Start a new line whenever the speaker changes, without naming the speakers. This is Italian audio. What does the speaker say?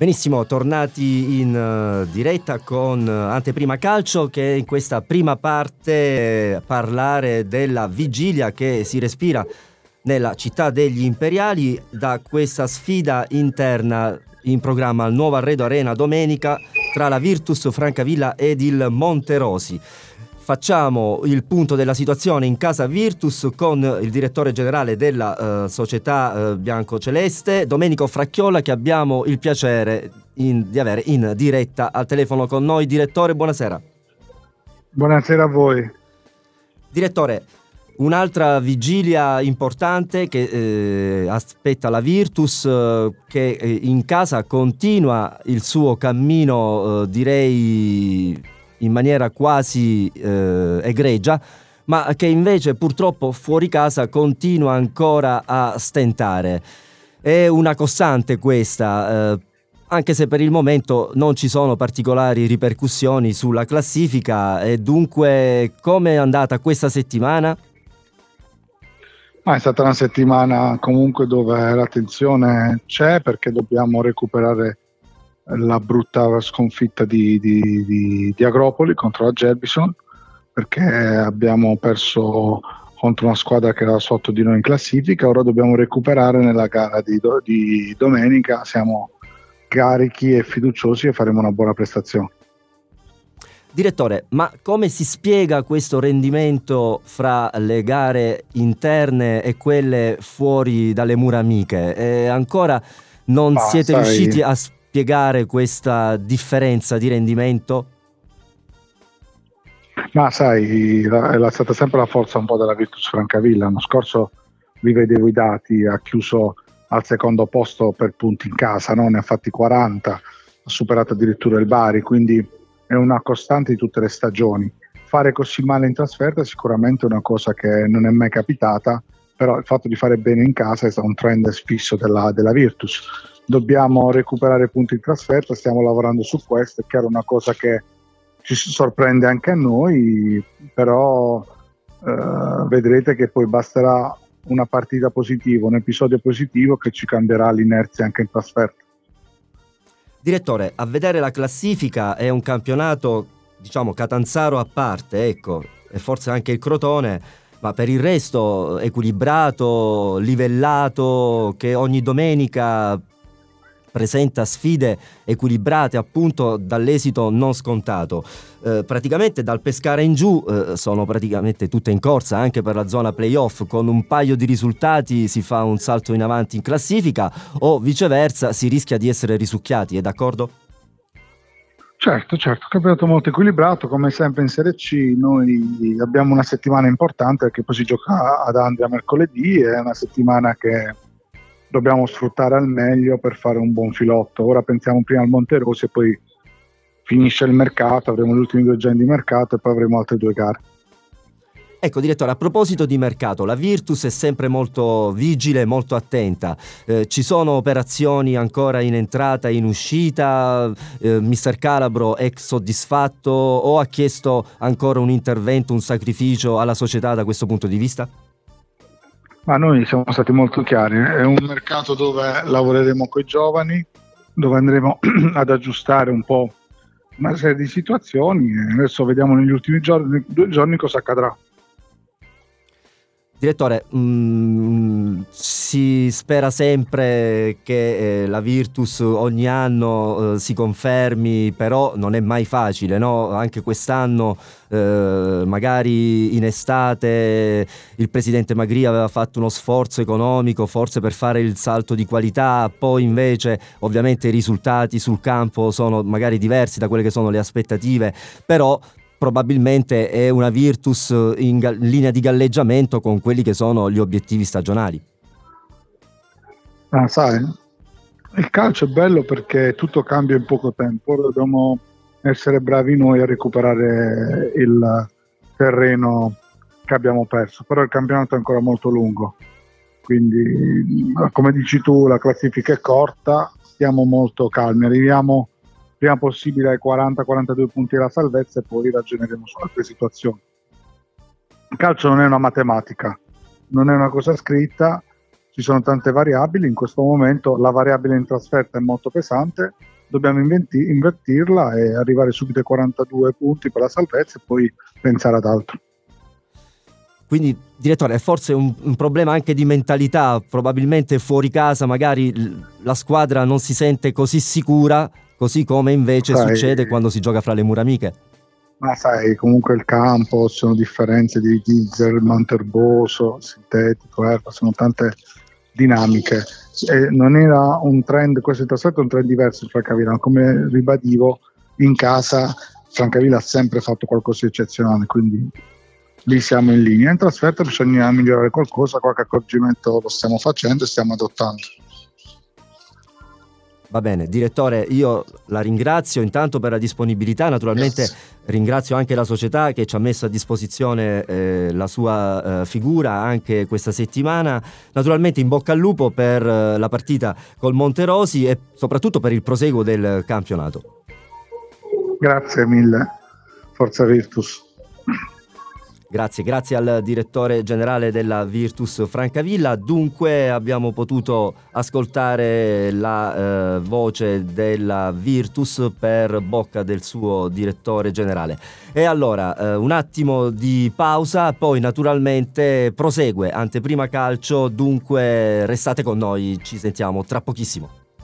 Benissimo, tornati in diretta con Anteprima Calcio, che in questa prima parte parlare della vigilia che si respira nella città degli Imperiali da questa sfida interna in programma al Nuovo Arredo Arena domenica tra la Virtus Francavilla ed il Monterosi. Facciamo il punto della situazione in casa Virtus con il direttore generale della società biancoceleste, Domenico Fracchiola, che abbiamo il piacere di avere in diretta al telefono con noi. Direttore, buonasera.
Buonasera a voi.
Direttore, un'altra vigilia importante che aspetta la Virtus, che in casa continua il suo cammino, direi in maniera quasi egregia, ma che invece purtroppo fuori casa continua ancora a stentare. È una costante questa, anche se per il momento non ci sono particolari ripercussioni sulla classifica. E dunque, come è andata questa settimana?
È stata una settimana comunque dove la tensione c'è, perché dobbiamo recuperare la brutta sconfitta di Agropoli contro la Gerbison, perché abbiamo perso contro una squadra che era sotto di noi in classifica. Ora dobbiamo recuperare nella gara di domenica. Siamo carichi e fiduciosi e faremo una buona prestazione.
Direttore, ma come si spiega questo rendimento fra le gare interne e quelle fuori dalle mura amiche? Ancora non siete riusciti a spiegare questa differenza di rendimento?
Ma sai, è stata sempre la forza un po' della Virtus Francavilla. L'anno scorso vi vedevo i dati, ha chiuso al secondo posto per punti in casa, no? Ne ha fatti 40, ha superato addirittura il Bari, quindi è una costante di tutte le stagioni. Fare così male in trasferta è sicuramente una cosa che non è mai capitata, però il fatto di fare bene in casa è stato un trend fisso della Virtus. Dobbiamo recuperare punti in trasferta, stiamo lavorando su questo. È chiaro, una cosa che ci sorprende anche a noi, però vedrete che poi basterà una partita positiva, un episodio positivo che ci cambierà l'inerzia anche in trasferta.
Direttore, a vedere la classifica è un campionato, diciamo, Catanzaro a parte, ecco, e forse anche il Crotone, ma per il resto equilibrato, livellato, che ogni domenica presenta sfide equilibrate appunto dall'esito non scontato. Praticamente dal Pescara in giù sono praticamente tutte in corsa anche per la zona playoff. Con un paio di risultati si fa un salto in avanti in classifica, o viceversa si rischia di essere risucchiati, è d'accordo?
Certo, campionato molto equilibrato come sempre in Serie C. Noi abbiamo una settimana importante perché poi si gioca ad Andria mercoledì, è una settimana che dobbiamo sfruttare al meglio per fare un buon filotto. Ora pensiamo prima al Monterosi e poi finisce il mercato, avremo gli ultimi 2 giorni di mercato e poi avremo altre 2 gare.
Ecco, direttore, a proposito di mercato, la Virtus è sempre molto vigile, molto attenta. Ci sono operazioni ancora in entrata e in uscita? Mister Calabro è soddisfatto o ha chiesto ancora un intervento, un sacrificio alla società da questo punto di vista?
Ma noi siamo stati molto chiari, è un mercato dove lavoreremo con i giovani, dove andremo ad aggiustare un po' una serie di situazioni, e adesso vediamo negli ultimi 2 giorni cosa accadrà.
Direttore, si spera sempre che la Virtus ogni anno si confermi, però non è mai facile, no? Anche quest'anno, magari in estate, il presidente Magri aveva fatto uno sforzo economico forse per fare il salto di qualità, poi invece ovviamente i risultati sul campo sono magari diversi da quelle che sono le aspettative, però probabilmente è una Virtus in linea di galleggiamento con quelli che sono gli obiettivi stagionali.
Sai, il calcio è bello perché tutto cambia in poco tempo. Ora dobbiamo essere bravi noi a recuperare il terreno che abbiamo perso, però il campionato è ancora molto lungo, quindi come dici tu la classifica è corta, stiamo molto calmi, arriviamo prima possibile ai 40-42 punti della salvezza e poi ragioneremo su altre situazioni. Il calcio non è una matematica, non è una cosa scritta, ci sono tante variabili. In questo momento la variabile in trasferta è molto pesante, dobbiamo invertirla e arrivare subito ai 42 punti per la salvezza e poi pensare ad altro.
Quindi, direttore, è forse un problema anche di mentalità, probabilmente fuori casa magari la squadra non si sente così sicura, così come invece succede quando si gioca fra le mura amiche.
Ma sai, comunque il campo, ci sono differenze di diesel, manterboso, sintetico, sono tante dinamiche. E non era un trend, questo in trasferta è un trend diverso in Francavilla, come ribadivo, in casa Francavilla ha sempre fatto qualcosa di eccezionale, quindi lì siamo in linea. In trasferta bisogna migliorare qualcosa, qualche accorgimento lo stiamo facendo e stiamo adottando.
Va bene, direttore, io la ringrazio intanto per la disponibilità, naturalmente ringrazio anche la società che ci ha messo a disposizione la sua figura anche questa settimana, naturalmente in bocca al lupo per la partita col Monterosi e soprattutto per il proseguo del campionato.
Grazie mille, Forza Virtus.
Grazie al direttore generale della Virtus Francavilla. Dunque abbiamo potuto ascoltare la voce della Virtus per bocca del suo direttore generale. E allora un attimo di pausa, poi naturalmente prosegue Anteprima Calcio, dunque restate con noi, ci sentiamo tra pochissimo.